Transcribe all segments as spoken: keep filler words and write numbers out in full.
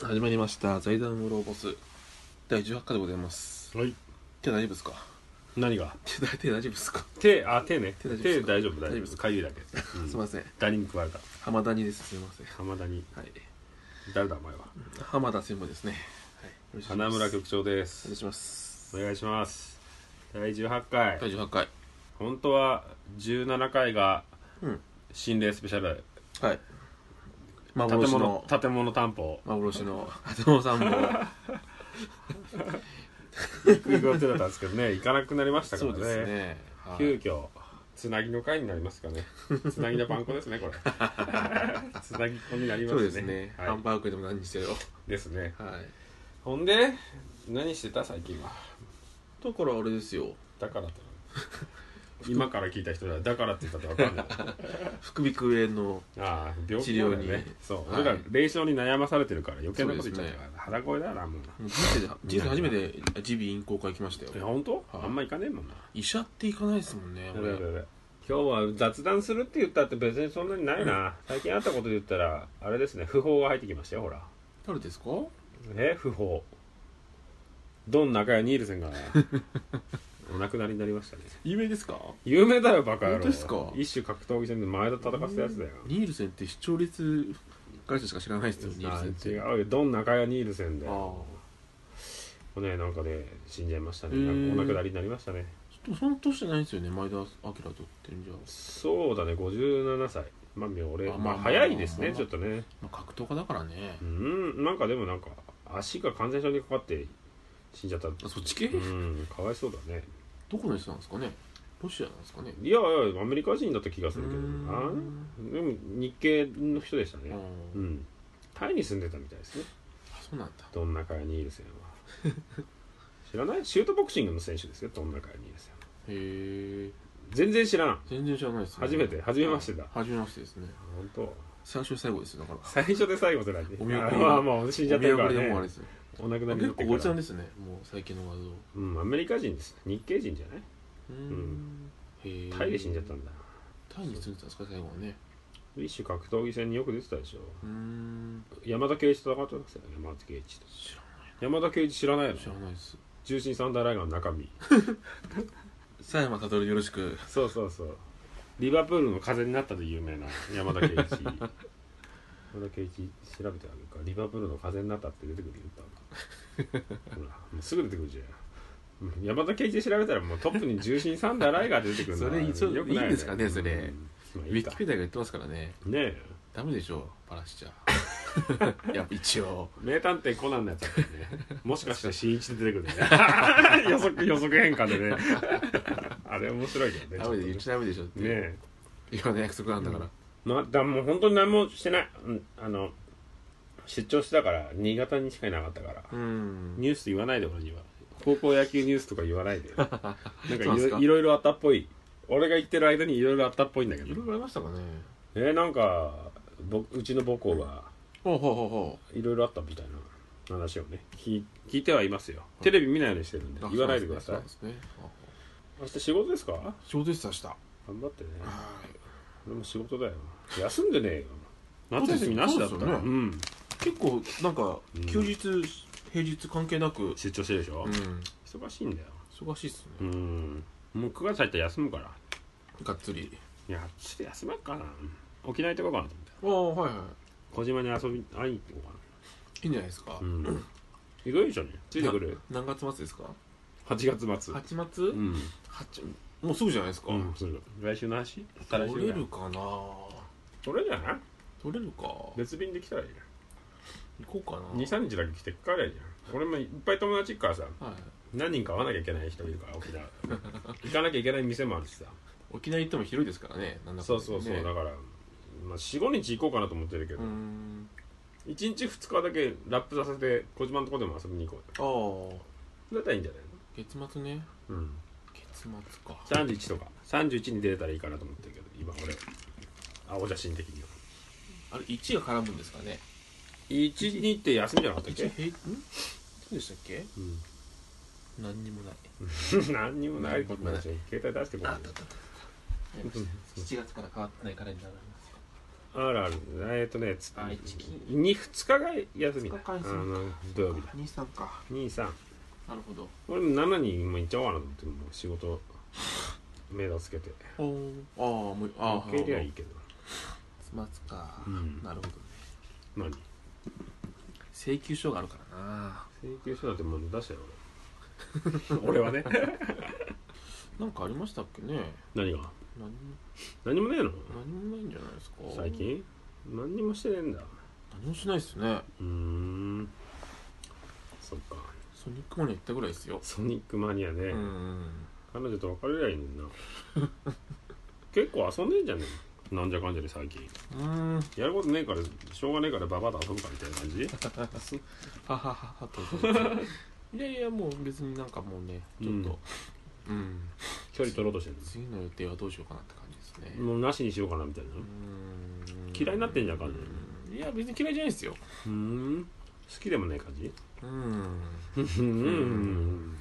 始まりました財団ウローボスだいじゅうはちかいでございます。 はい。 手大丈夫ですか？ 何が？ 手手大丈夫ですか？ 手、あ、手ね。 手大丈夫手ですか？ 大丈夫、大丈夫。 大丈夫ですか？ かゆいだけ。うん、 すいません。 ダニに食われた。 浜谷です。すいません。 浜田に。 はい。 誰だお前は。 浜田専務ですね。はい。 花村局長です。 お願いします。 お願いします。だいじゅうはちかい。 だいじゅうはちかい。 本当はじゅうななかいがうん心霊スペシャル。 はい。 建幻の物建物担保。 幻の建物散歩。 行く行く予定だったんですけどね、行かなくなりましたからね。 そうですね。はい、 急遽つなぎの会になりますかね。つなぎのパン粉ですねこれ。つなぎっこになりますね。 そうですね。はい、ハンバーグでも何にせよ。 ですね。 はい。 ほんで何してた最近は。 だからあれですよ。 だからって今から聞いた人はだからって言ったって分かんない。 副鼻腔炎のああ病気治療に、 ね、そう、 はい、 俺ら霊障に悩まされてるから余計なこと言っちゃうから、ね、腹声だなもう。 人生で人生初めて耳鼻咽喉科行きましたよ。 え本当？ はい、 あんま行かねえもんな。 医者って行かないですもんね。 俺今日は雑談するって言ったって別にそんなにないな、うん、最近あったことで言ったらあれですね、訃報が入ってきましたよ。ほら誰ですか？ え訃報ドン中谷ニールセンがお亡くなりになりましたね。 有名ですか？ 有名だよバカ野郎。 本当ですか？ 一種格闘技戦で前田戦ってたやつだよ。 ニールセンって視聴率会社しか知らないですよ。ニールセンって違うよ、ドン中谷ニールセンで。ああね、なんかね死んじゃいましたね。なんかお亡くなりになりましたね。 ちょっとその年じゃないんですよね、前田明とってんじゃ。 そうだね、ごじゅうななさい。まあ俺まあ、まあ、早いですね、まあ、ちょっとね、 まあ、格闘家だからね。 うんなんかでもなんか足が感染症にかかって死んじゃった。 あ、そっち系？ うんかわいそうだね。 どこの人なんですかね？ロシアなんですかね？ いやいやアメリカ人だった気がするけど、あでも日系の人でしたね。うん、タイに住んでたみたいですね。 あ、そうなんだ。 ドン中谷ニールセンは知らない？シュートボクシングの選手ですよ、ドン中谷ニールセンは。へえ。全然知らん。 全然知らないですね。 初めて初めましてだ。 初めましてですね。 本当。 最初で最後ですよ。だから最初で最後ってなんで。 お見送り。 まあまあ死んじゃったからね。 お見送りでもあれですよ。 お亡くなりになってから。 結構おじさんですね、もう最近の画像。 うん、アメリカ人です。日系人じゃない？ うん。 へえ。タイで死んじゃったんだ。 タイに住んでたんですか、最後はね。 一種格闘技戦によく出てたでしょ。 うん。 山田圭一と戦ってますよね、山田圭一と。 知らない。 山田圭一知らないの？ 知らないです。 重心サンダーライガーの中身。 佐山悟よろしく。 そうそうそう。リバプールの風になったで有名な山田圭一。山田圭一調べてあげるか。リバプールの風になったって出てくるよ。ほらもうすぐ出てくるじゃん。山田圭一で調べたらもうトップに重心サンダーライガーで出てくるの。 それいい、 よくない、ね、 いいんですかねそれ。うん、 まあ、いいウィキペディアが言ってますからね。 ねえ。 ダメでしょバラしちゃやっぱ一応名探偵コナンのやつだったね。もしかして新一で出てくるね。予測予測変換でね。あれ面白いけどね。 ダメで言っちゃダメでしょってねえ。今の約束なんだから。 うん、なだもう本当に何もしてない。うん、あの出張してたから新潟にしかいなかったから。うん、ニュース言わないで俺には。高校野球ニュースとか言わないで。なんかいろいろあったっぽい。俺が言ってる間にいろいろあったっぽいんだけど。 いろいろありましたかね。 えー、なんかうちの母校がいろいろあったみたいな話をね聞いてはいますよ。テレビ見ないようにしてるんで言わないでください。明日仕事ですか？ 仕事です明日。 頑張ってね。俺も仕事だよ。休んでねえよ。夏休みなしだったら、ね、うん、 結構なんか休日、うん、平日関係なく出張してるでしょ、うん、忙しいんだよ。 忙しいっすね。 うん、もうくがつ入ったら休むからがっつり。 いやちょっと休まっかな。沖縄行ってこうかなと思って。ああはいはい。小島に遊び会いに行こうかな。 いいんじゃないですか。うん、 行くでしょね。ついてくる。 何月末ですか？ はちがつ末。 はちがつ？うん。もうすぐじゃないですか。うん、すぐ。来週の話？取れるかな。 取れるじゃない？ 取れるか。別便で来たらいいじゃん。行こうかな。 に、さんにちだけ来て帰ればいいじゃん。俺もいっぱい友達行くからさ、はい、何人か会わなきゃいけない人いるから沖縄。行かなきゃいけない店もあるしさ。 沖縄行っても広いですからね。 なんだかんだね。そうそうそう。だから、まあ、よん、ごにち行こうかなと思ってるけど、いちにちふつかだけラップさせて小島のとこでも遊びに行こう。ああ。だったらいいんじゃないの？ 月末ね。うん。月末か。 さんじゅういちとかさんじゅういちに出れたらいいかなと思ってるけど、今俺青写真的にはあれいちが絡むんですかね。 いちにって休みじゃなかったっけ？ん？ そうでしたっけ？うん。何にもない。 何にもないことないし、携帯出してこない。 しちがつから変わってないカレンダーがありますよ。 あるある。えっとねつ愛知金にふつかが休みだ。 ふつかか休みあの土曜日だ。 にさんか。 にさん。 なるほど。 俺もしちにも行っちゃおうかなと思ってもう仕事目処つけて。 おーああもうああ受け入れはいいけど。 待つか、 うん、 なるほどね。 何請求書があるからな。 請求書だってもう出したよ俺俺はねなんかありましたっけね。 何が何何もねえの何もないんじゃないですか最近。何にもしてねえんだ。 何もしないっすね。 うーんそっか。 ソニックマニア行ったぐらいですよ。 ソニックマニアね。 うん、 彼女と別れりゃいいのにな結構遊んでんじゃねえなんじゃかんじゃで最近。 うんやることねえからしょうがねえからババアと遊ぶかみたいな感じははははといやいやもう別になんかもうねちょっと、うん、うん、 距離取ろうとしてる次の予定はどうしようかなって感じですね。 もうなしにしようかなみたいな。 うん嫌いになってんじゃんかんねいや別に嫌いじゃないですよ。 うーん好きでもねえ感じ。 うんうん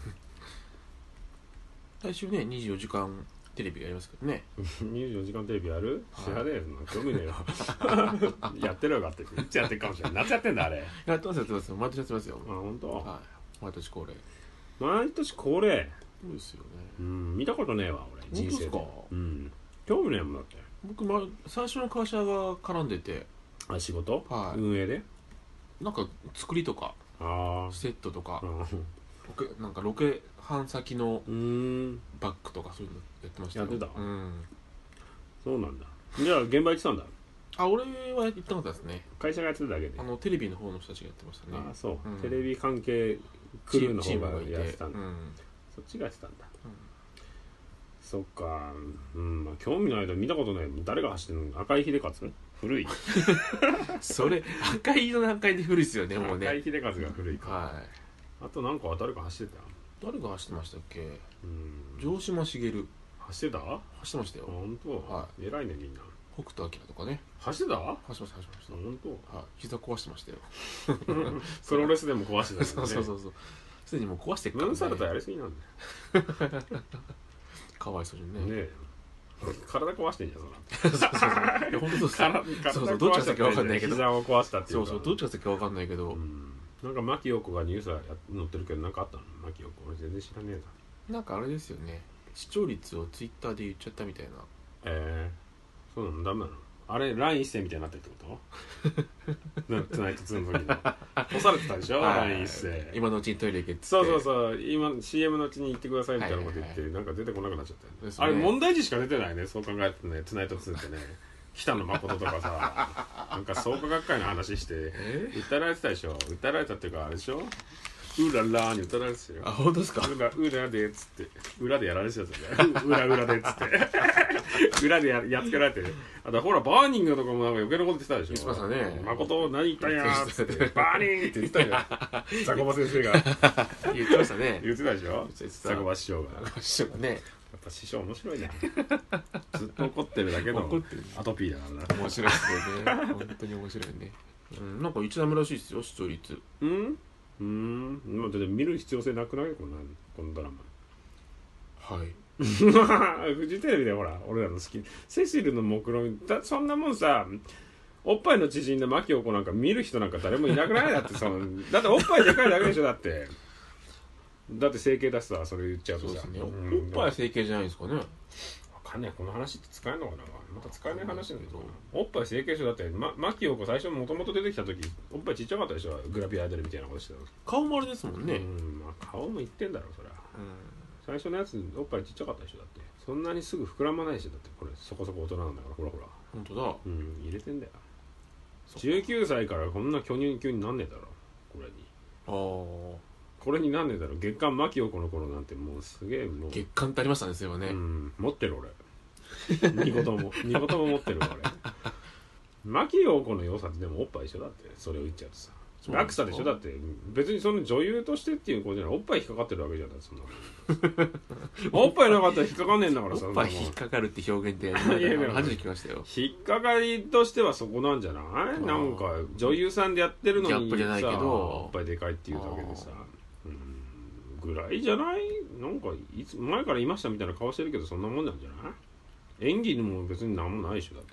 来週ねにじゅうよじかんテレビがやりますけどねにじゅうよじかんテレビやるはい知らねえよそんな興味ねえよやってるよかっていつやってるかもしれない夏やってんだあれ。 やってますやってます毎年やってますよ。 あ本当。 はい毎年恒例。 毎年恒例。 そうですよね。 うん見たことねえわ俺人生で。 本当ですか。 うん興味ねえもんだって。 僕、ま、最初の会社が絡んでてあ仕事、 はい運営でなんか作りとかあセットとかあロケなんかロケ班先のうんバッグとかそういうのやってましたよ。 やってたうんそうなんだ。じゃあ現場行ってたんだ。 あ俺は行ってなかったですね。 会社がやってただけで。 あのテレビの方の人たちがやってましたね。 あそう、 うんテレビ関係クルーのチ方がームがいてやってたんだ、 うんそっちがやってたんだ、 うんそっか。うんまあ興味ないけど見たことない。誰が走ってるの。赤井秀勝古いそれ赤いの段階で古いですよねもうね。 赤井秀勝が古いか、 はいあとなんかは誰か走ってた。 誰が走ってましたっけ。 うん城島茂走ってた。 走ってましたよ。 本当、 は偉いねみんな。 北斗晶とかね走ってた。 走ってました走ってました。 本当はい膝壊してましたよプロレスでも壊してたそうそうそうそうすでにもう壊してっからね。 ムーンサルトやりすぎなんだよかわいそうにね。 ねえ体壊してんじゃんそらそうそうそういや本当そう体そうそうどっちが先か分かんないけど膝を壊したっていうか。 そうそうどっちが先か分かんないけど、 うん、なんか牧陽子がニュースは載ってるけどなんかあったの。牧陽子俺全然知らねえなんかあれですよね視聴率をツイッターで言っちゃったみたいな。 な。ええー、そうなのダメなのあれ。ライン一世みたいになってるってことなツナイトツーの時の干されてたでしょ、ライン一世。 今のうちにトイレ行けってそうそうそう今 シーエム のうちに行ってくださいみたいなこと言って、はいはいはい、なんか出てこなくなっちゃったよ、ねね、あれ問題児しか出てないね。そう考えるとねツナイトツーってね北野誠とかさなんか創価学会の話して訴えられてたでしょ。訴えられたっていうかあれでしょうららに歌られてたよ。 あ本当ですか。 裏裏でっつって裏でやられてたじゃん裏裏でっつって裏で や, やっつけられて。あとほらバーニングとかもなんか余計なこと言ってたでしょ。 言ってましたね。 誠何言ったんやーっつってバーニングって言ってたじゃんザコバ先生が言ってましたね。 言ってたでしょザコバ師匠が。 師匠がねやっぱ師匠面白いじゃんずっと怒ってるだけのアトピーだからな。 面白いですよね本当に面白いね、うん、なんか一段目らしいですよ視聴率。 うんうんまあ、だって見る必要性なくないこのこのドラマ。 はいフジテレビでほら俺らの好きセシルの目論見だそんなもんさおっぱいの知人で牧陽子なんか見る人なんか誰もいなくない。だってそのだっておっぱいでかいだけでしょ。だってだって整形だしさそれ言っちゃうとさ、 ね、うん、おっぱいは整形じゃないですかね。わかんないこの話って使えるのかな。また使えない話なんだけどおっぱい整形しだって、ま、牧陽子最初もともと出てきた時おっぱいちっちゃかったでしょ。グラビアアイドルみたいなことしてた。 顔もあれですもんね。 うんまあ顔も言ってんだろそりゃ、うん、最初のやつおっぱいちっちゃかったでしょ。だってそんなにすぐ膨らまないでしょ。だってこれそこそこ大人なんだからほらほら本当だ。 うん入れてんだよ。じゅうきゅうさいからこんな巨乳級になんねえだろこれに。 ああこれになんねえだろ。月刊牧陽子の頃なんてもうすげえもう月刊ってありましたねそういえばね。 うん持ってる俺にごともにごとも持ってる俺牧陽子の良さってでもおっぱい一緒だってそれを言っちゃうとさ落差でしょ。だって別にその女優としてっていうことじゃないおっぱい引っかかってるわけじゃないそんなおっぱいなかったら引っかかんねえんだからさ。 おっぱい引っかかるって表現って初めて聞きましたよ。 引っかかりとしてはそこなんじゃない。なんか女優さんでやってるのにさギャップじゃないけどおっぱいでかいっていうだけでさうんぐらいじゃない。なんかいつ前からいましたみたいな顔してるけどそんなもんなんじゃない。演技にも別になんもないでしょ。だって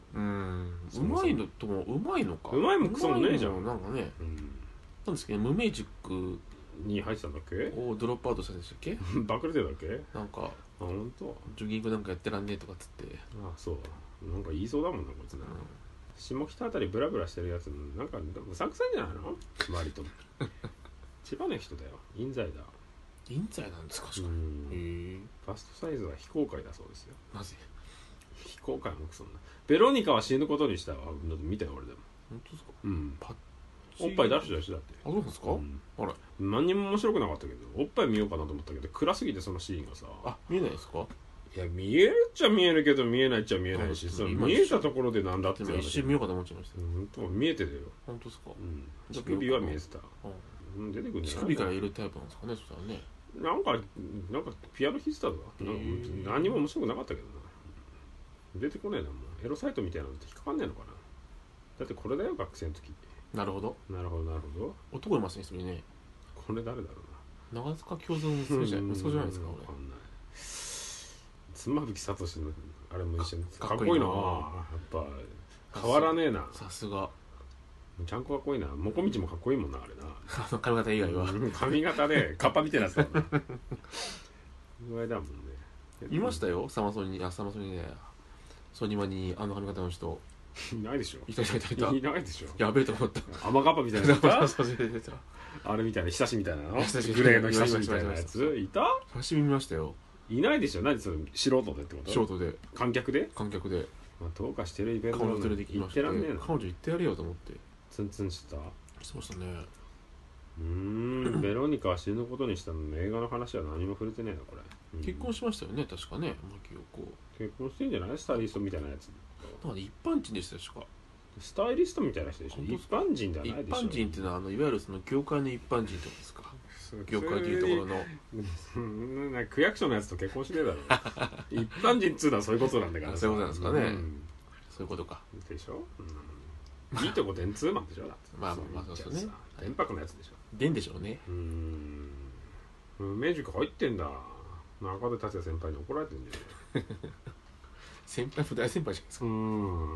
うん、うまいのともうまいのか。 うまいもクソもねえじゃん。 なんかね、うん、なんですけど無名塾に入ってたんだっけ？ をドロップアウトしたんでしたっけ？ バクれてたっけ？ なんか、あ、 本当。 ジョギングなんかやってらんねえとかっつって。 あ、そう。なんか言いそうだもんなこいつな。うん、下北あたりブラブラしてるやつなんかうさんくさいんじゃないの？割と。千葉の人だよ。印西だ。 印西なんですか？しかも。へえ。 ファストサイズは非公開だそうですよ。 なぜ？ 非公開もそんな。ベロニカは死ぬことにしたわ。見たよ俺でも。 本当ですか？ うん。パッおっぱい出し出しだって。 あ、そうなんですか？うん、あら。 何にも面白くなかったけど、おっぱい見ようかなと思ったけど、暗すぎてそのシーンがさ。 あ、見えないですか？ いや、見えるっちゃ見えるけど、見えないっちゃ見えないし、さ、見えたところでなんだって一瞬見ようかと思っちゃいました。 うん、見えてるよ。 本当ですか？ うん。乳首は見えてた。うん、出てくるんじゃない？乳首から入れるタイプなんですかね、そしたらね。なんか、なんかピアノ弾いてたぞ。何にも面白くなかったけどな。出てこねえな、もう。エロサイトみたいなのって引っかかんねえのかな。だってこれだよ、学生の時。なるほど。なるほど、なるほど。男いますね、一人ね。これ誰だろうな。長塚京三の息子じゃないですか、俺。わかんない。妻夫木聡のあれも一緒にかっこいいな。やっぱ変わらねえな。さすが。ちゃんこかっこいいな。もこみちもかっこいいもんな、あれな。あの髪型以外は。髪型でカッパみたいなやつだもんな。ぐらいだもんね。いましたよ、サマソニに、あ、サマソニね。ソニマにあの髪型の人。いないでしょ。いたいたいたいた。いないでしょ。やべえと思った。甘カッパみたいなやつ。あれみたいな、ひさしみたいなの。グレーのひさしみたいなやつ。いた？久しぶり見ましたよ。いないでしょ。何それ、素人でってこと？素人で。観客で？観客で。まあ、どうかしてるイベントの行ってらんねえな。彼女行ってやれよと思って。ツンツンしてた？してましたね。うーん、ベロニカは死ぬことにしたの映画の話は何も触れてねえな、これ。うん、結婚しましたよね、確かね、牧陽子。結婚してんじゃない？スタイリストみたいなやつ。なんか一般人でしたよ、しか。スタイリストみたいな人でしょ。一般人じゃないでしょ。一般人っていうのは、あのいわゆるその業界の一般人ってことですか。業界でいうところの。なんか区役所のやつと結婚しねえだろ。一般人っつうのはそういうことなんだからさ。そういうことなんですかね。うん、そういうことか。でしょ。うん、いいとこ電通マンでしょ。だってまあまあまあそうですね。電白のやつでしょ。電でしょうね。うん。明治入ってんだ。中出達也先輩に怒られてんじゃん。先輩も大先輩じゃないですか。うん。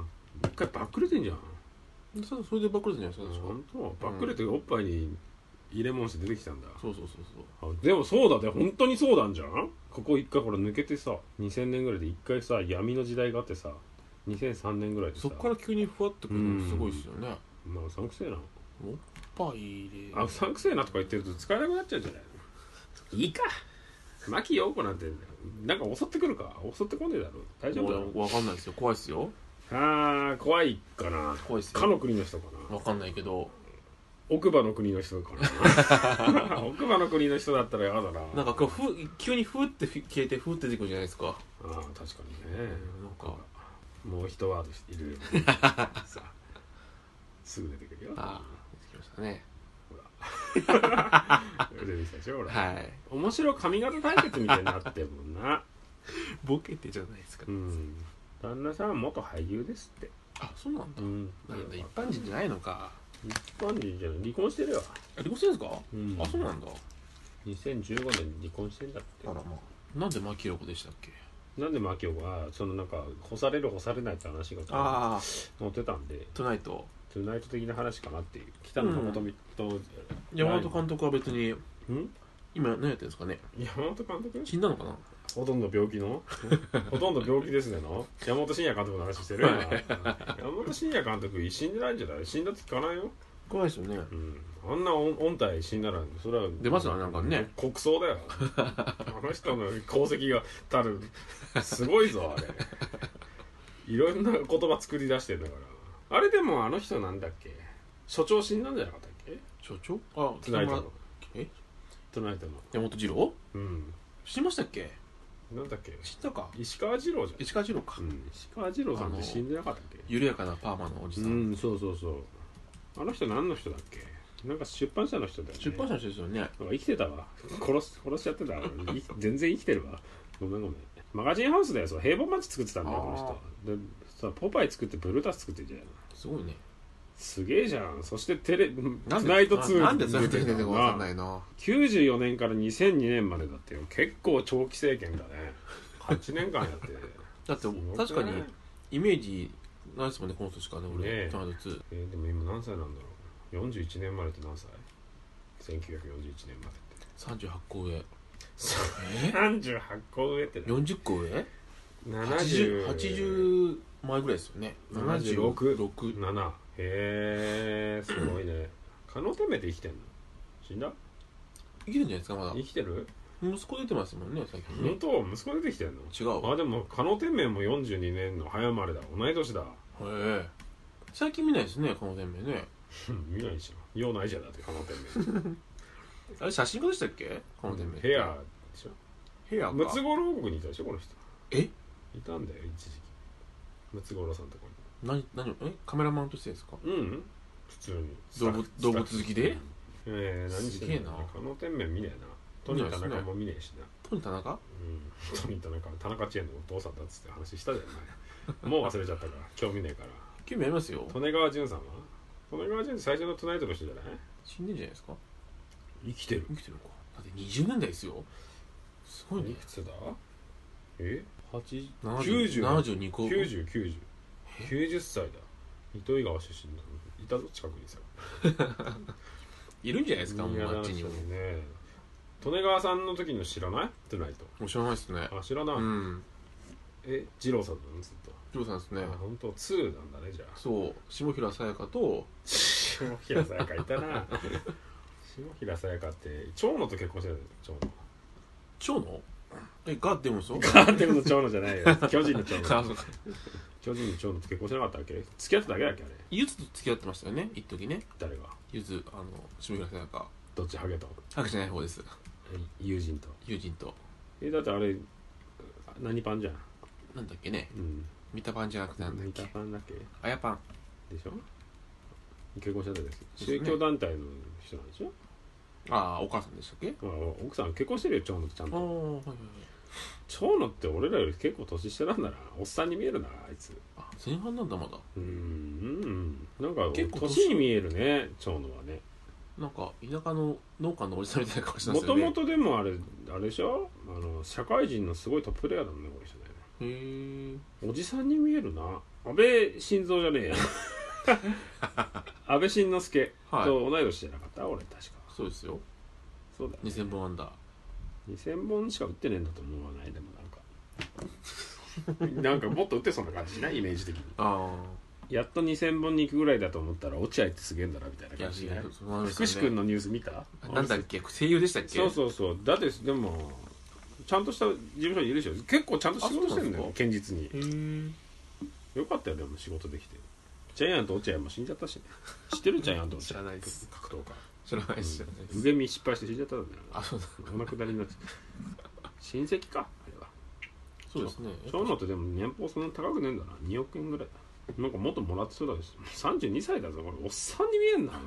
一回バックれてんじゃん。それでバックれてんじゃないですか。本当。バックれておっぱいに入れ物して出てきたんだ。そうそうそうそう。でもそうだね、本当にそうなんじゃん。ここ一回ほら抜けてさ、にせんねんぐらいで一回さ闇の時代があってさ、にせんさんねんぐらいでさ。そっから急にふわってくるのすごいですよね。まあうさんくせえな。おっぱい入れ。あ、うさんくせえなとか言ってると使えなくなっちゃうんじゃないの。いいか。牧陽子なんてなんか襲ってくるか。襲ってこねえだろ。大丈夫だろ。わかんないですよ。怖いですよ。ああ、怖いかな。怖いですよ。かの国の人かな。わかんないけど。奥歯の国の人かな。奥歯の国の人だったらやだな。なんかこうふ急にふって消えてふって出てくるじゃないですか。ああ、確かにね。なんかもう一ワードいるよ、ね。さあすぐ出てくるよ。ああ、出てきましたね。ほら。出てきたでしょ、ほら。はい。面白髪型対決みたいになってるもんな。ボケてじゃないですか。うん。旦那さんは元俳優ですって。あ、そうなんだ。うん。なんだ一般人じゃないのか。一般人じゃない。離婚してるよ。離婚してるんですか？うん。あ、そうなんだ。にせんじゅうごねんに離婚してんだって。あらまあ。なんで牧陽子でしたっけ？なんで牧陽子はそのなんか干される干されないって話が載ってたんで。トゥナイト。トゥナイト的な話かなっていう。北野誠と山本監督は別に。ん？今何やってるんですかね。山本監督？死んだのかな。ほとんど病気のほとんど病気ですねの山本慎也監督の話してるよ、はい、山本慎也監督死んでないんじゃない？死んだって聞かないよ。怖いですよね、うん、あんな音体死んだらそれは出ますよね。なんかね国葬だよ。あの人の功績がたるすごいぞあれ。いろんな言葉作り出してんだから。あれでもあの人なんだっけ、所長死んだんじゃなかったっけ。所長？あ、トゥナイトのえトゥナイトの山本二郎。うん死にましたっけ。なんだっけ知ったか。石川二郎じゃん。石川二郎か、うん、石川二郎さんって死んでなかったっけ。緩やかなパーマのおじさん。うんそうそうそう。あの人何の人だっけ。なんか出版社の人だよね。出版社の人ですよね。なんか生きてたわ。殺す殺しちゃってた。全然生きてるわ。ごめんごめん。マガジンハウスだよ。そう平凡町作ってたんだよこの人。でさポパイ作ってブルータス作ってんじゃん。すごいね。すげえじゃん。そしてテレトゥナイトツーなんでそれ出てるのか分かんないな。きゅうじゅうよねんからにせんにねんまでだってよ。結構長期政権だね。はちねんかんやって。だって確かにイメージないですもんねこの年からね俺ねえトナイトツー、 えー、でも今何歳なんだろう。よんじゅういちねんまでって何歳？せんきゅうひゃくよんじゅういちねんまでってさんじゅうはちこ上さんじゅうはちこ上ってよんじゅっこ上ななじゅうはちじゅう前ぐらいですよね。 ななじゅうろく、 ろくななへえすごいね。加納天明って生きてんの？死んだ？ 生きてるんじゃないですかまだ。 生きてる？ 息子出てますもんね最近ね。 本当？息子出てきてんの？ 違うあでも加納天明もよんじゅうにねんの早生まれだ。同い年だ。へえ最近見ないですね加納天明ね。 見ないじゃん。用ないじゃんだって加納天明あれ写真家でしたっけ加納天明。 ヘアでしょ。 ヘアか。 ムツゴロウ王国にいたでしょこの人。 えいたんだよ一時期。ムツゴロウさんとこ何何えカメラマンとしてですか？ に。うん普通に動物動物好きで？ ええ何してんの？ すげえな。 加納天明見ねえな。トニー田中も見ねえしな。 トニー田中？ うんトニー田中田中知恵のお父さんだっつって話したじゃないもう忘れちゃったから興味ねえから。 興味ありますよ。 利根川淳さんは利根川淳最初のトナイトの人じゃない？ 死んでんじゃないですか？ 生きてる。 生きてるか。だってにじゅうねんだいですよ。すごいね。 いくつだ？えはちきゅうじゅうななじゅうにこきゅうじゅうきゅうじゅうきゅうじゅっさいだ。糸魚川出身だ。いたぞ近くにさいるんじゃないですかもうあっちにもね。利根川さんの時の知らない？トゥナイト。 もう知らないですね。 あ知らない。 うんえ二郎さんなのずっと。 ジョーさんですね。 あ本当ツーなんだねじゃあ。 そう下平さやかと下平さやかいたな下平さやかって長野と結婚してるんだよ。 長野えガッデムそうガーデムの長野じゃないよ巨人の長野あそうか巨人の長野と結婚してなかったっけ？付き合ってただけだっけあれ。 ゆずと付き合ってましたよね一時ね。 誰が？ ゆずあの下平さやかどっちハゲとハゲじゃない方です。 友人と。 友人とえだってあれ何パンじゃん。 なんだっけねうん三田パンじゃなくてなんだっ何けパンだっけあやパンでしょ。結婚したんです。 そうですね宗教団体の人なんでしょ。 ああお母さんでしたっけ？ あ奥さん結婚してるよ長野とちゃんああと。 はいはいはい。 長野って俺らより結構年下なんだな。おっさんに見えるなあいつ。 あ前半なんだまだ。 うーんなんか結構年年に見えるね長野はね。 なんか田舎の農家のおじさんみたいな顔してまもとすよね。 もとでもあれあれでしょあの社会人のすごいトッププレイヤーだもんねこの人ね。 へえ。 おじさんに見えるな。安倍晋三じゃねえや安倍晋之助と同い年じゃなかった、俺確か。 そうですよ。 そうだよ、ね、 にせんぼんアンダーにせんぼんしか打ってねえんだと思わない？でもなんかなんかもっと打ってそうな感じしない？イメージ的に。 あやっとにせんぼんに行くぐらいだと思ったら落合ってすげえんだなみたいなあいや感じね。 そうなんです福士君のニュース見た？ なんだっけ声優でしたっけ？ そうそうそう。だってでもちゃんとした事務所にいるでしょ。結構ちゃんと仕事してるんだよ堅実に。 へえ。 よかったよでも仕事できて。ジャイアント落合も死んじゃったし、ね、知ってる？ジャイアント落合知らないです。 格闘家知らないです、知らないです。 腕見失敗して死んじゃったんだよ。 あそうだお亡くなりになって親戚かあれは。 そうですね。 長野ってでも年俸そんな高くねえんだな。におくえんぐらいだ。なんかもっともらってそうだし。さんじゅうにさいだぞこれ。おっさんに見えんな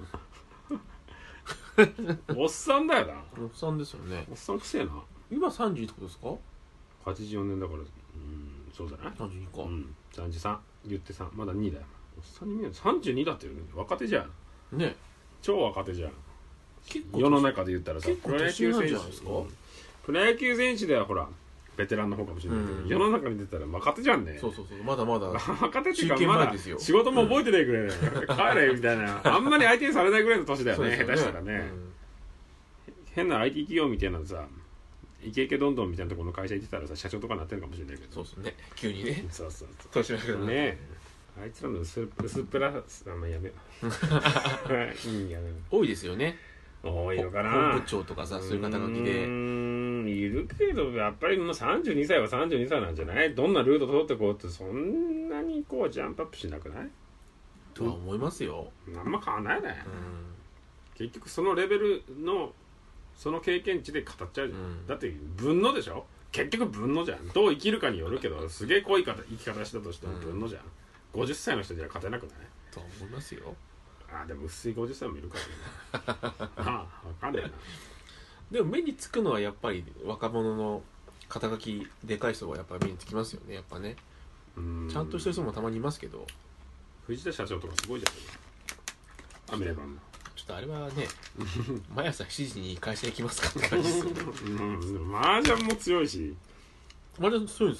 おっさんだよな。 おっさんですよね。 おっさんくせえな。 今さんじゅういちってことですか？ はちじゅうよねんだからうんそうじゃない？ さんじゅうにか。 うんさんじゅうさん言ってさんまだにだよ。おっさんに見える。さんじゅうにだってよね。若手じゃんね。 超若手じゃん。 結構世の中で言ったらさ結構年上なんじゃないですか？ プロ野球選手ではほらベテランの方かもしれないけど、うん、世の中に出たら若手じゃんね。 そうそうそうまだまだ若手っていうかまだ仕事も覚えてないくらいだよ、うん、帰れみたいなあんまり相手にされないぐらいの年だよね。下手したらね、うん、変な アイティー 企業みたいなのさイケイケどんどんみたいなところの会社行ってたらさ社長とかなってるかもしれないけど。 そうですね急にね。 そうそうそう年上がねあいつらの薄薄っぺらさあんまやめよういいやめよう多いですよね。 多いのかな。 本部長とかさそういう肩書きでうーんいるけどやっぱりもうさんじゅうにさいはさんじゅうにさいなんじゃない？どんなルート通ってこうってそんなにこうジャンプアップしなくない？ とは思いますよ。 あんま変わんないね。結局そのレベルのその経験値で語っちゃうじゃん、うん、だって分のでしょ。結局分のじゃん。どう生きるかによるけどすげえ濃い生き方したとしても分のじゃん、うん、ごじゅっさいの人じゃ勝てなくない？ とは思いますよ。 あでも薄いごじゅっさいもいるからねああ分かんないな。 でも目につくのはやっぱり若者の肩書きでかい人はやっぱり目につきますよねやっぱね。うんちゃんとしてる人もたまにいますけど藤田社長とかすごいじゃん。アメレバンのちょっとあれはね毎朝しちじに会社行きますかって感じですよね。 うん麻雀も強いし。 麻雀強いんですか？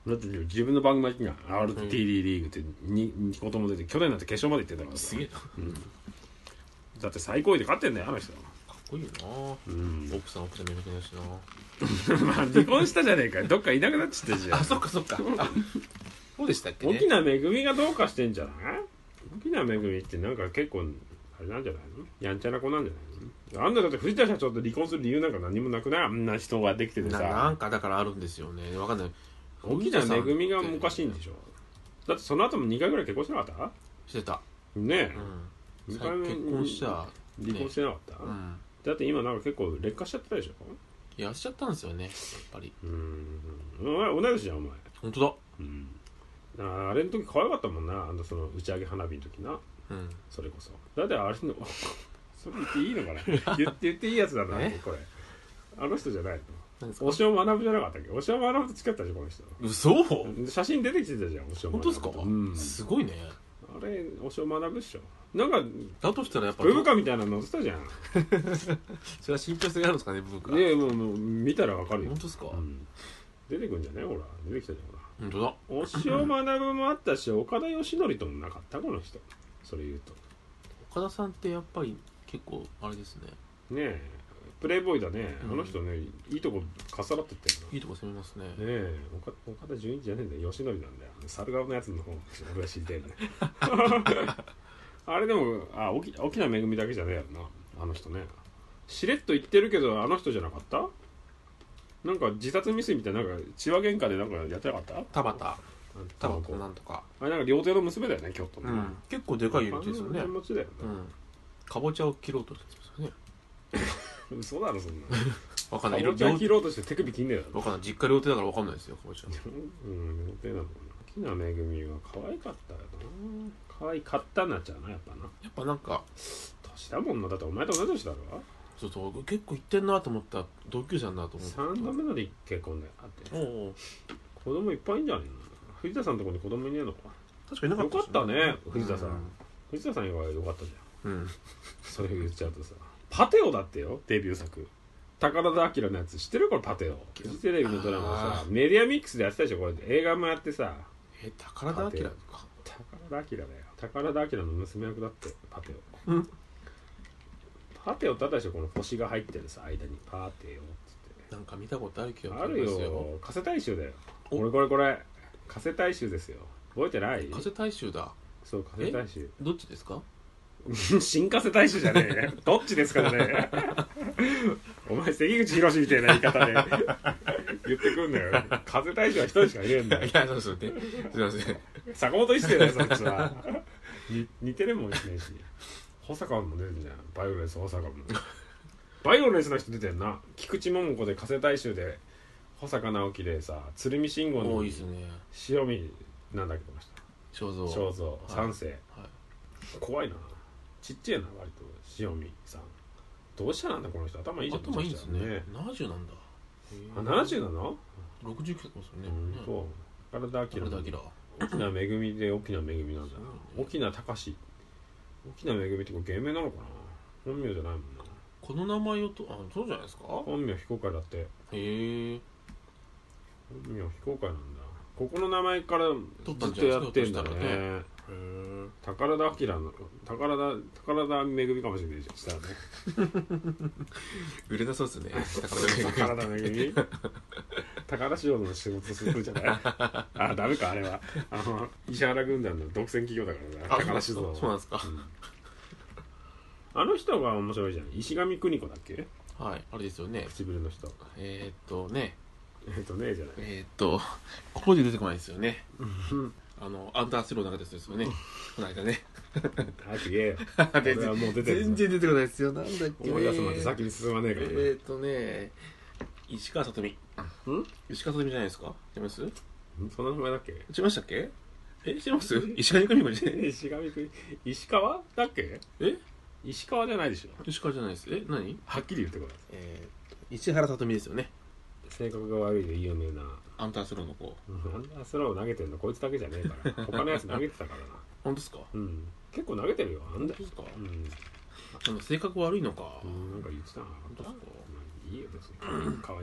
だって自分の番組やってんや アールティーディー リーグって に, に個とも出て去年だって決勝まで行ってたからすげえな、 うん、だって最高位で勝ってんだよあの人。 かっこいいよな、うん、奥さん奥さん見なきゃだしなまあ離婚したじゃねえかどっかいなくなっちゃったじゃん。 あそっかそっかそうでしたっけね。 沖縄めぐみがどうかしてんじゃない。沖縄めぐみってなんか結構あれなんじゃないの、やんちゃな子なんじゃないの。あんなだって藤田社長と離婚する理由なんか何もなくない。あんな人ができててさな, なんかだからあるんですよね。わかんない。 沖縄めぐみがおかしいんでしょ。だってその後もにかいぐらい結婚してなかったしてたねえ、 うん、結婚した、ね、 離婚してなかった、うん、だって今なんか結構劣化しちゃってたでしょ。 痩せちゃったんですよねやっぱり。 うーん、お前同い年じゃんお前。 本当だ、 うん、あ, あれの時可愛かったもんな。あのその打ち上げ花火の時な、うん、それこそだってあれのそれ言っていいのかな言って言っていいやつだなこれ。あの人じゃないの。押尾学じゃなかったっけ。押尾学と付き合ったじゃんこの人。 嘘。 写真出てきてたじゃん押尾学。 本当ですか、うん、すごいね。 あれ押尾学っしょ。なんかだとしたらやっぱブブカみたいなの載ってたじゃんそれは信憑性があるんですかねブブカ。 ねえもうもう見たらわかるよ。 本当ですか、うん、 出てくんじゃないほら出てきたじゃんほら。 本当だ。 押尾学もあったし岡田義則ともなかったこの人。それ言うと岡田さんってやっぱり結構あれですね。 ねえプレイボーイだね、うん、あの人ねいいとこかっさらってってるな。いいとこ攻めますね。ねえ 岡, 岡田准一じゃねえんだよ義則なんだよ。猿顔のやつの方俺は知りたいんだよあれでもあ沖縄めぐみだけじゃねえやろなあの人ね。しれっと言ってるけどあの人じゃなかった。なんか自殺未遂みたいな、なんか千葉喧嘩でなんかやってなかった。 田畑田畑なんとかあれなんか料亭の娘だよね京都の、うん、 結構でかい家ですよね。 持ちだよね、うん、 かぼちゃを切ろうとしてますよね嘘だろそんなわかんない。 かぼちゃ切ろうとして手首切んねえだろ。 わかんない。実家料亭だからわかんないですよかぼちゃうん料亭なのかな。沖縄めぐみは可愛かったよな。可愛かったなっちゃうなやっぱな。 やっぱなんか年だもんな。だってお前と同じ年だろ。 そうそう結構行ってんなと思った同級生だなと思って。 さんどめので結婚だよあって。おう子供いっぱいいんじゃねえの。藤田さんのとこに子供いねえのか。 確かになかったよかったね藤田さん、うん、藤田さん以外はよかったじゃん、うん、それ言っちゃうとさパテオだってよデビュー作。宝田明のやつ知ってるこれパテオ。フジテレビのドラマさメディアミックスでやってたでしょこれ。映画もやってさ。 え宝田明か。宝田明だよ。宝田明の娘役だってパテオ、うん、パテオってあったでしょこの星が入ってるさ間にパテオっつってなんか見たことある気がする。あるよ加瀬大衆だよこれこれこれ加瀬大衆ですよ。覚えてない。 加瀬大衆だ。 そう加瀬大衆。 どっちですか新加瀬大衆じゃねえどっちですかねお前関口宏みたいな言い方で言ってくんだよ。加瀬大衆は一人しかいねえんだよ。 いやそうですよねすいません坂本一生だよそっちは似てるもんしないし。保坂も出てるじゃんバイオレンス保坂もバイオレンスの人出てるな。菊池桃子で加瀬大衆で保坂直樹でさ鶴見信号の多いですね。 塩見なんだっけこの人正蔵正蔵三世、はいはい、怖いな。ちっちゃいな割と塩見さん。どうしたなんだこの人。頭いいじゃん。 頭いいんですね。ななじゅうなんだ。 あななじゅうなの。 ろくじゅうきゅうですよね。 そう体明沖縄めぐみで沖縄めぐみなんだな、ね、沖縄隆史。沖縄めぐみってこれ芸名なのかな。本名じゃないもんな。 この名前をとあそうじゃないですか。 本名非公開だって。へえ。 本名非公開なんだ。ここの名前からずっとやってんだね。宝田明の宝田宝田めぐみかもしれないじゃんしたらね売れなそうですね宝田めぐみ宝田市場の仕事するんじゃないあダメかあれはあの石原軍団の独占企業だからな宝田市場。 そうなんですか、 うん、あの人が面白いじゃん。石上邦子だっけ。 はいあれですよね唇の人。 えー、っとねえー、っとねじゃないえー、っとここで出てこないですよねあのアンダースロー流れたやつですよねこの間ね早く言えよ俺はもう出てる。 全然出てこないですよ。なんだっけ思い出すまで先に進まねえから、ね、 えー、っとね石川さとみん石川さとみじゃないですか。知ってます。 そんな名前だっけ。 知りましたっけ。え知ってます石上邦子じゃない石上邦石川だっけ。え石川じゃないでしょ。 石川じゃないです。え何はっきり言ってこい。 えー、石原さとみですよね。 性格が悪いで有名なアンダースローの子。 アンダースローを投げてるのこいつだけじゃねえから他のやつ投げてたからな本当ですか。 うん結構投げてるよ。 本当ですか。 うん、 あの性格悪いのか。 うんなんか言ってたな。本当ですか。いいよ別に可愛いんだから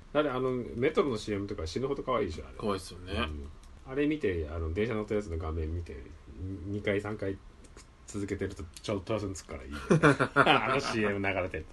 だってあのメトロの シーエム とか死ぬほど可愛いでしょあれ。 可愛いですよね、 うん、あれ見てあの電車乗ったやつの画面見てにかいさんかい続けてるとちょっとトラスにつくからいい、ね、あの シーエム 流れてると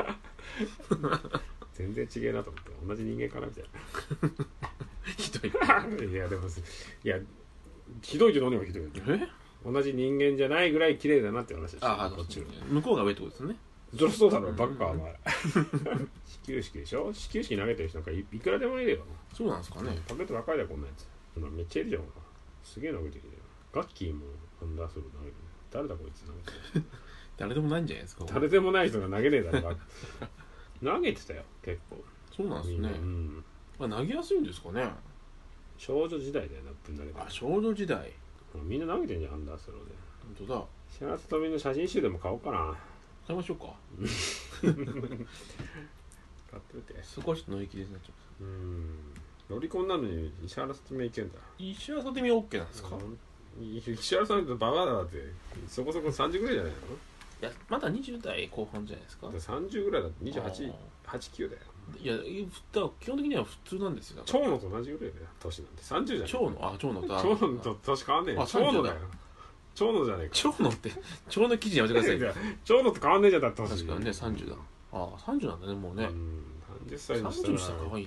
全然違えなと思って同じ人間かなみたいなひどいいやでもいやひどいけど何がひどいの。 え同じ人間じゃないぐらい綺麗だなって話でした。 ああ、こっちの向こうが上ってことですね。 そりゃそうだろバカかお前始球式でしょ。始球式投げてる人なんか い, いくらでもいるよ。 そうなんですかね。 パケット高いだよこんなやつ。めっちゃいるじゃん。すげえ投げてるよ。ガッキーもアンダースロー投げてる。誰だこいつ投げてる誰でもないんじゃないですか。 誰でもない人が投げねえだろ投げてたよ結構。 そうなんですね、うん、まあ、投げやすいんですかね。 少女時代だよなって投げてる。あ、 少女時代みんな投げてんじゃんアンダースローで。 本当だ。 白松とみの写真集でも買おうかな。 買いましょうか買ってみて。 そこはちょっと乗り切りになっちゃう。うんロリコンなのに石原さとみいけんだ。 石原さとみは OK なんですか。 石原さんとバカだってそこそこさんじゅうぐらいじゃないの。 いやまだにじゅう代後半じゃないですか。 さんじゅうぐらいだってにじゅうはち、はち、きゅうだよ。 いや基本的には普通なんですよ。 長野と同じぐらいだよ年なんて。さんじゅうじゃん。 長野あ長野と長野と年変わんねえよ。長野だよ。長野じゃねえか。 長野って長野記事やめてください長野と変わんねえじゃんだって年。 確かにねさんじゅうだ。ああさんじゅうなんだねもうね。うんさんじゅっさいにしたらさんじゅうにしたら可愛いね。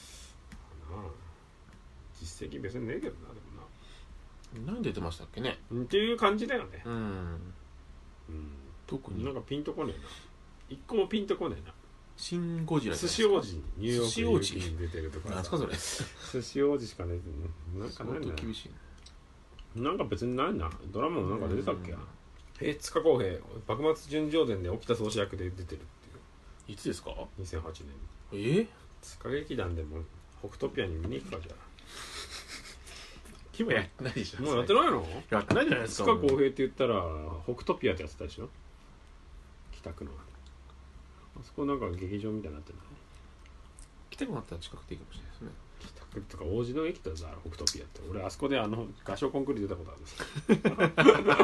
実績別にねえけどな。でもな何出てましたっけねっていう感じだよね。うん、うん、 特になんかピンとこねえな。一個もピンとこねえな。 シンゴジラ寿司王子ニューヨークに出てるとか。 なんすかそれ。 寿司王子しかねえ。なんかないな。厳しいな。なんか別にないな。ドラマもなんか出てたっけ。え塚公平幕末純情伝で沖田総司役で出てるっていう。 いつですか。 にせんはちねん。え塚劇団でも北斗ピアに見に行くかじゃあ。 今やってないでしょ。 もうやってないの。 やってないじゃないですか。 塚公平って言ったら北斗ピアってやってたでしょ北区の。あそこなんか劇場みたいになってる。 北区になったら近くていいかもしれないですね。 北区とか王子の駅とか北斗ピアって。俺あそこであの合唱コンクール出たことあるんです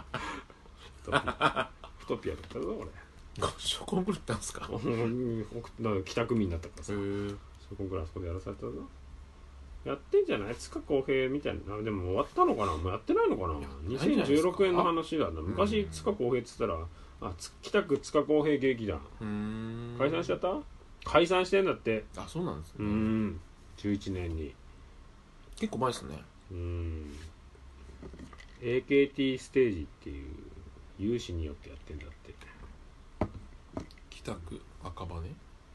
太ピアとかだぞ俺。 合唱コンクールってなんですか。 北区民だったからさ。そこコンクールあそこでやらされたぞ。やってんじゃない塚公平みたいな。でも終わったのかな。もうやってないのかな。にせんじゅうろくねんの話だな。昔塚公平って言ったらあ北区塚公平劇団解散しちゃった。解散してんだって。 あそうなんですね。 うんじゅういちねんに結構前ですね。 うん エーケーティー ステージっていう有志によってやってんだって。 北区赤羽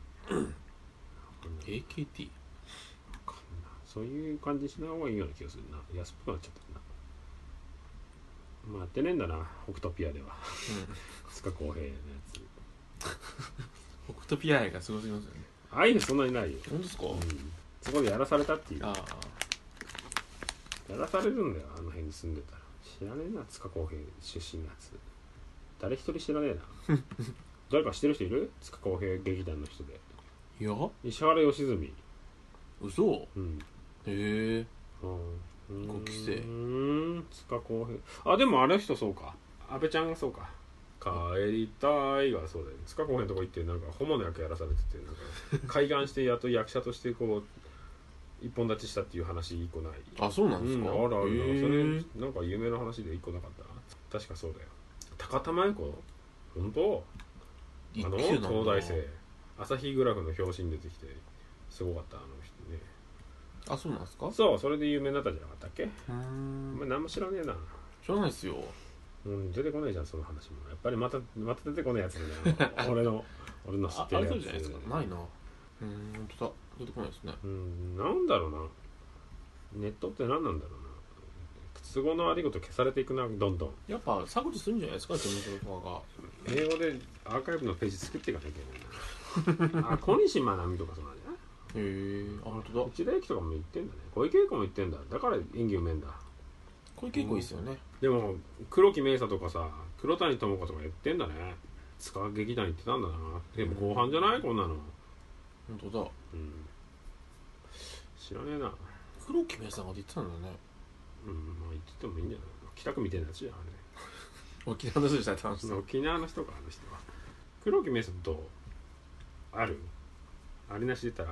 エーケーティーそういう感じしない方がいいような気がするな。安っぽくなっちゃったな。まあやってねえんだな北斗ピアでは。塚公平のやつ。 北斗ピア愛がすごすぎますよね。 愛そんなにないよ。 本当ですか、うん、 そこでやらされたっていう。 あやらされるんだよあの辺に住んでたら。知らねえな塚公平出身のやつ。誰一人知らねえな。誰か知ってる人いる。塚公平劇団の人で。 いや石原良純。 嘘。 うんへえごきせい。うん塚公平。あでもあの人そうか安倍ちゃんがそうか。帰りたいがそうだよね。塚公平のとこ行ってなんかホモの役やらされててなんか開眼してやっと役者としてこう一本立ちしたっていう話一個ない。 あそうなんですか、 うん、あるあるな。それなんか有名な話で一個なかった。確かそうだよ。高田真由子本当あの東大生朝日グラフの表紙に出てきてすごかったあの人ね。 あそうなんですか。 そうそれで有名になったんじゃなかったっけ。うーんお前何も知らねえな。 知らないですよ。 うん、出てこないじゃんその話も。やっぱりまたまた出てこないやつだね。俺の俺の知ってるやつ。 あ、あれそうじゃないですか。ないな。うん本当だ出てこないですね。 うんなんだろうな。ネットって何なんだろうな。都合の悪いこと消されていくなどんどん。やっぱ削除するんじゃないですか事務所側が。 英語でアーカイブのページ作っていかなきゃいけないな。あ小西真奈美とかそうなんじゃない。 へえあ本当だ。 内田有紀とかも言ってんだね。小池栄子も言ってんだ。だから演技うめえんだ。 小池栄子いいっすよね。 でも黒木メイサとかさ黒谷友香とか言ってんだね。塚劇団行ってたんだな。でも後半じゃないこんなの。 本当だ。 うん知らねえな。 黒木メイサが言ってたんだね。 うんまあ言っててもいいんじゃない。北区みたいなやつじゃんあれ。 沖縄の人じゃ楽しそう。 沖縄の人かあの人は。黒木メイサとあるありなしで言ったらある。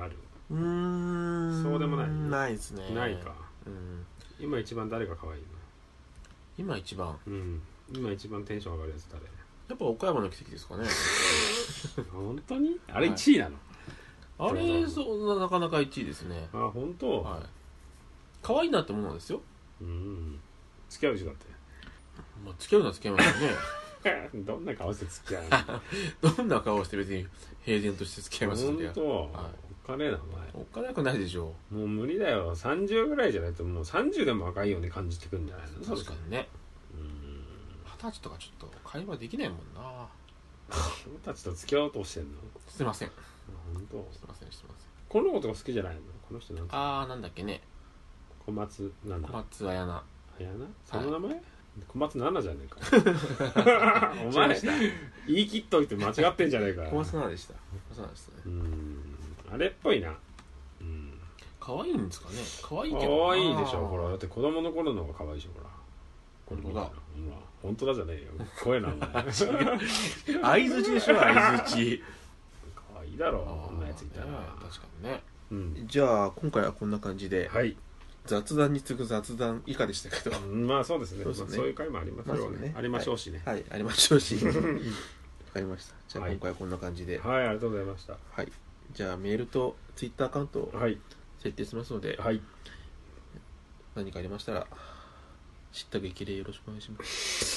うーんそうでもないないですね。 ないか、 うん、 今一番誰が可愛い今一番の？うん今一番テンション上がるやつ誰？ やっぱ岡山の奇跡ですかね。 本当にあれいちいなの？ あれそうなかなかいちいですね。 あ本当？ はい。可愛いなってものなんですよ。 うん付き合うでしょだって。 まあ、付き合うのは付き合いますよね。 どんな顔して付き合うのどんな顔して別に平然として付き合いますの？ んで。 本当、はい、お金なお金なくないでしょう。もう無理だよ。さんじゅうぐらいじゃないともうさんじゅうでも赤いように感じてくるんじゃないの？ 確かにね。 うん二十歳とかちょっと会話できないもんな。 俺たちと付き合おうとしてんの？ してません。 本当？ してませんしてません。 この子とか好きじゃないの？この人なんかあーなんだっけね。 小松なんだ？ 小松彩菜。 綾菜？その名前？はい、小松菜奈じゃねえか。お前言い切っといて間違ってんじゃねえか。 小松菜奈でした。小松菜奈でしたね。 うんあれっぽいな。うん可愛いんですかね。可愛いけど可愛いでしょ。ほらだって子供の頃の方が可愛いでしょ。ほら本当だ。 ほら本当だじゃねえよ。怖えなお前。 相づちでしょ相づち。 可愛いだろこんなやついたら。 確かにね。 うん、 じゃあ今回はこんな感じで、 はい、 雑談に次ぐ雑談以下でしたけど、 うん、まあそうですね。そうですね、まあ、そういう回もありますよね。ねありましょうしね。 はい、はい、ありましょうし。わかりました。じゃあ今回はこんな感じで、 はい、はい、ありがとうございました。 はい。じゃあメールとツイッターアカウントを設定しますので、はい、何かありましたら知った激励よろしくお願いします。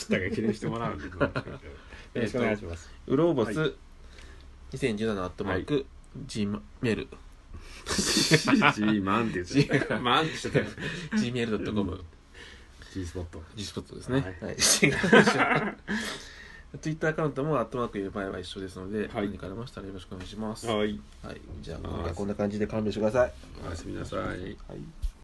知った激励してもらうんでよろしくお願いします。 うろうぼつにせんじゅうななアットマーク G メール G マンって言ってた。マンってしてたよ。 ジーメールドットコム G スポット G スポットですね。 はい。 はい、ツイッターアカウントもアットマーク入れる場合は一緒ですので、はい、何かありましたらよろしくお願いします。 はい。 はい。じゃあ今回はこんな感じで勘弁してください。 おやすみなさい。 はい。